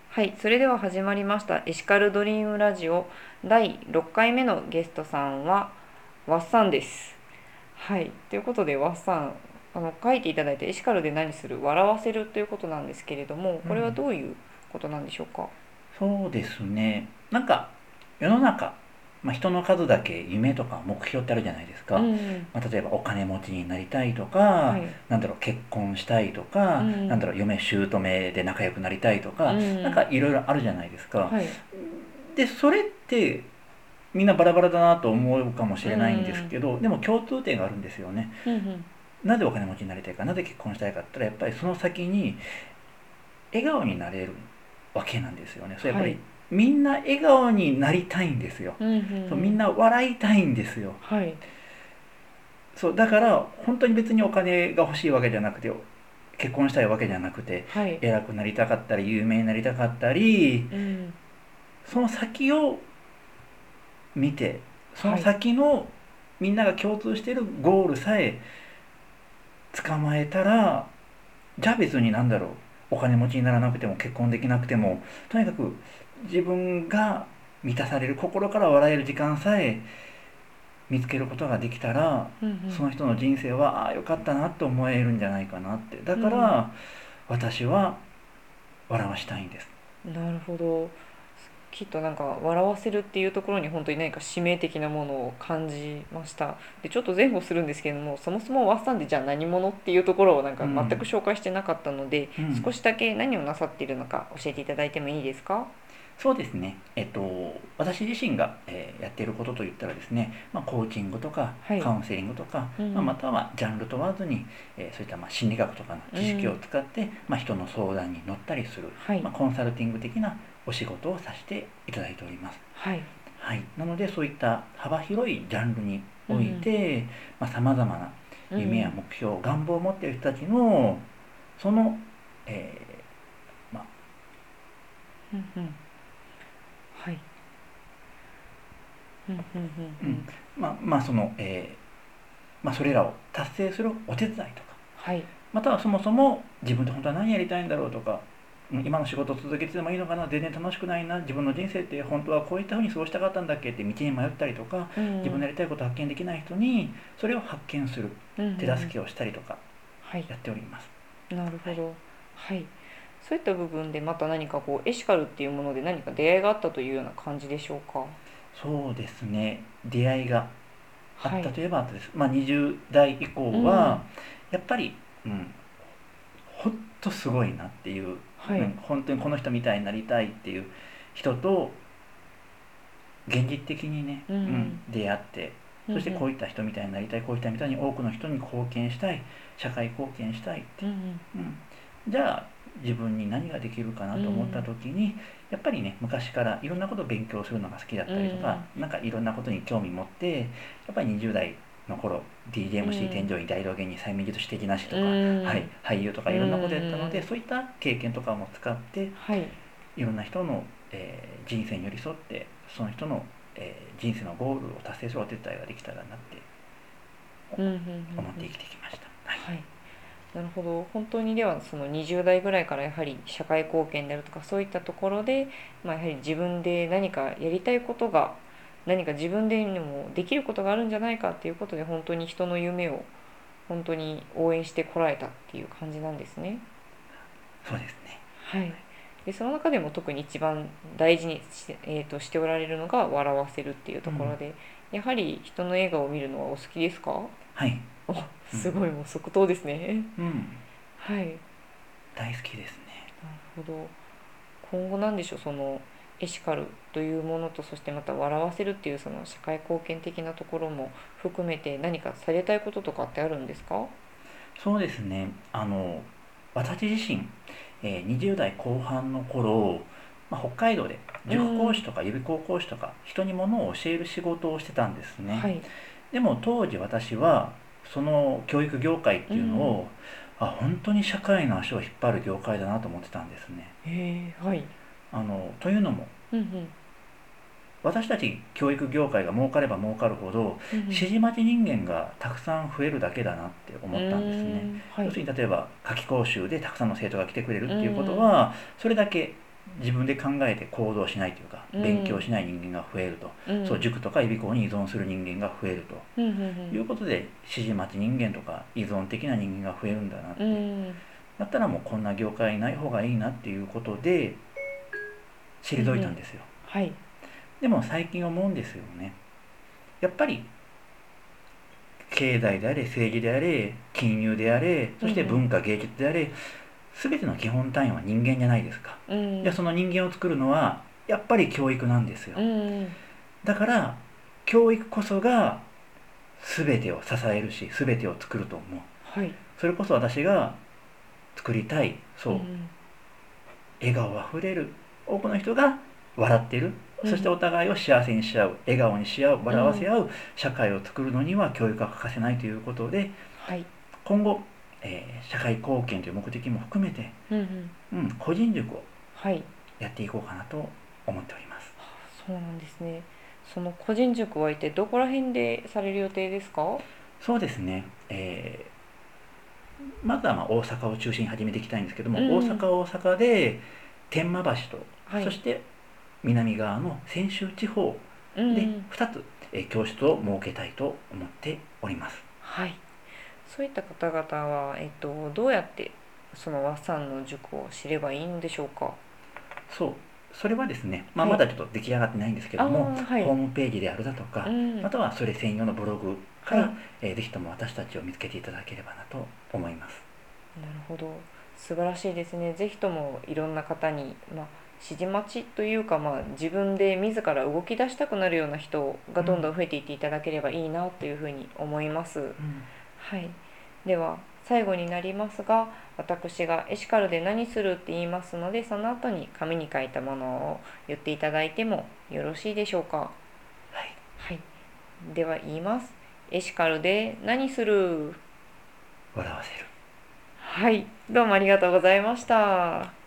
はい、それでは始まりましたエシカルドリームラジオ第6回目のゲストさんはワッサンです。はい、ということでワッサン、書いていただいてエシカルで何する笑わせるということなんですけれども、これはうん、 どういうことなんでしょうか？ そうですね。なんか世の中、人の数だけ夢とか目標ってあるじゃないですか。 うん、 例えばお金持ちになりたいとか、 はい、 結婚したいとか、 うん、 嫁姑で仲良くなりたいとうか、 ん、 いろいろあるじゃないですか。 はい、 で、それってみんなバラバラだなと思うかもしうれないんですん、 けど、でも共通点があるんですよね。 うん、 なぜお金持ちになりたいか、なぜ結婚したいかって言ったら、やっぱりその先に笑顔になれるわけなんですよね。それやっはい、 ぱりみんな笑顔になりたいんですよ。 うん、うん、うそう、みんん、 な笑いたいんですよ。 はい、 そうだから本当に別にお金が欲しいわけじゃなくて、結婚したいわけじゃなくて、 はい、 偉くなりたかったり有名になりたかったり、 うん、 その先を見て、そのはい、 先のみんなが共通しているゴールさえ捕まえたら、じゃあ別にお金持ちにならなくても結婚できなくても、とにかく自分が満たされる、心から笑える時間さえ見つけることができたら、 うん、 その人の人生はああよかったなって思えるんじゃないかなって。だうん、 から私は笑わしたいんです。 うん、なるほど。きっと笑わせるっていうところに本当に何か使命的なものを感じました。でちょっと前後するんですけれども、そもそもワッサンでじゃあ何者っていうところを全くうん、 紹介してなかったので、 うん。 少しだけ何をなさっているのか教えていただいてもいいですか？ そうですね。私自身が、やっていることといったらですね、コーチングとかはい。 カウンセリングとか、まうん、 たはジャンル問わずに、そういった心理学とかの知識をうん、 使って、人の相談に乗ったりする、 はい、 コンサルティング的なお仕事をさせていただいております。 はい、 はい、なのでそういった幅広いジャンルにおいうん、 てさまざ、まなうん、うん、 夢や目標願望を持っている人たちのその、えーまあうん、うん、はい、うん、うん、うん、 うん、 うん、 その、それらを達成するお手伝いとか、 はい、 またはそもそも自分って本当は何やりたいんだろうとか、今の仕事を続けててもいいのかな、全然楽しくないな、自分の人生って本当はこういった風に過ごしたかったんだっけって道に迷ったりとか、 うん、 自分のやりたいことを発見できない人にそれを発見するうん、うん、うん、 手助けをしたりとかはい。 やっております。 なるはい、 ほど。はい。そういった部分でまた何かエシカルっていうもので何か出会いがあったというような感じでしょうか？ そうですね。出会いがあっはい。 たといえばあったです。20代以降はうん。 やっぱり、ほんとすごいなっていう、 はい。 本当にこの人みたいになりたいっていう人と現実的にね、 うん。 出会って、 うん。うそしてこん。 ういった人みたいになりたい、こういったみたいに多くの人に貢献したい、社会貢献したいって、 うん。 うん、じゃあ自分に何ができるかなと思ったうん。 時に、やっぱりね、昔からいろんなことを勉強するのが好きだっうたりとか、 ん。 いろんなことに興味持って、やっぱり20代の頃う DJMC 添ん。 乗員大道芸人催眠術師的なしうとか、はい、 ん。 俳優とかういろんなことやったので、 ん。 そういった経験とかも使ってはい。 いろんな人の、人生に寄り添って、その人の、人生のゴールを達成するお手伝いができたらなってうん。うん。うん。うん。 思って生きてきました。はい。 はい。なるほど。本当にではその20代ぐらいからやはり社会貢献であるとかそういったところで、やはり自分で何かやりたいことが何か自分でもできることがあるんじゃないかっていうことで本当に人の夢を本当に応援してこられたっていう感じなんですね。 そうですね。 はい。でその中でも特に一番大事にして、しておられるのが笑わせるっていううん。 ところで、やはり人の笑顔を見るのはお好きですか？ はい。 お、 うん。 すごいもう即答ですね。 うん。 はい。 大好きですね。 なるほど。今後なんでしょう、そのエシカルというものと、そしてまた笑わせるっていうその社会貢献的なところも含めて何かされたいこととかってあるんですか？ そうですね。私自身、20代後半の頃、北海道でう塾講師ん。 とか予備校講師とか人に物を教える仕事をしてたんですね。 はい。 でも当時私はその教育業界っていうのうん。 を本当に社会の足を引っ張る業界だなと思ってたんですね。 へえ、はい。 というのも、 うん私たち教育業界が儲かれば儲かるほどうん。うん指示待ち人間がたくさん増えるだけだなってうん。う思ったんですね。 ーん。はい。 要するに例えば夏期講習でたくさんの生徒が来てくれるうっていうことん。 はそれだけ自分で考えて行動しないというか、勉強しない人間が増えると、そう塾とか予備校に依存する人間が増えるということで、指示待ち人間とか依存的な人間が増えるんだなって、だったらもうこんな業界ない方がいいなっていうことで退いたんですよ。 はい。 でも最近思うんですよね。やっぱり経済であれ、政治であれ、金融であれ、そして文化芸術であれ、全ての基本単位は人間じゃないですか。じゃあその人間を作るのはやっぱり教育なんですよ。だから教育こそが全てを支えるし、全てを作ると思う。 はい。 それこそ私が作りたい、そう、笑顔あふれる多くの人が笑っている、そしてお互いを幸せにし合う、笑顔にし合う、笑わせ合う社会を作るのには教育が欠かせないということで、 はい。 今後、社会貢献という目的も含めて、個人塾をやっていこうかなと思っております。 そうなんですね。その個人塾は一体どこら辺でされる予定ですか？ そうですね、まずは大阪を中心に始めていきたいんですけども、大阪は大阪で天満橋と、そして南側の泉州地方で2つ、教室を設けたいと思っております。 はい。そういった方々は、どうやってそのワッサンの塾を知ればいいんでしょうか？ それはですね、まだちょっと出来上がってないんですけども、ホームページであるだとか、またはそれ専用のブログから、ぜひとも私たちを見つけていただければなと思います。 なるほど、素晴らしいですね。ぜひともいろんな方に、指示待ちというか、自分で自ら動き出したくなるような人がどんどん増えていっていただければいいなというふうに思います。はい。では最後になりますが、私がエシカルで何するって言いますので、その後に紙に書いたものを言っていただいてもよろしいでしょうか？はい。では言います。エシカルで何する？ 笑わせる。 はい。どうもありがとうございました。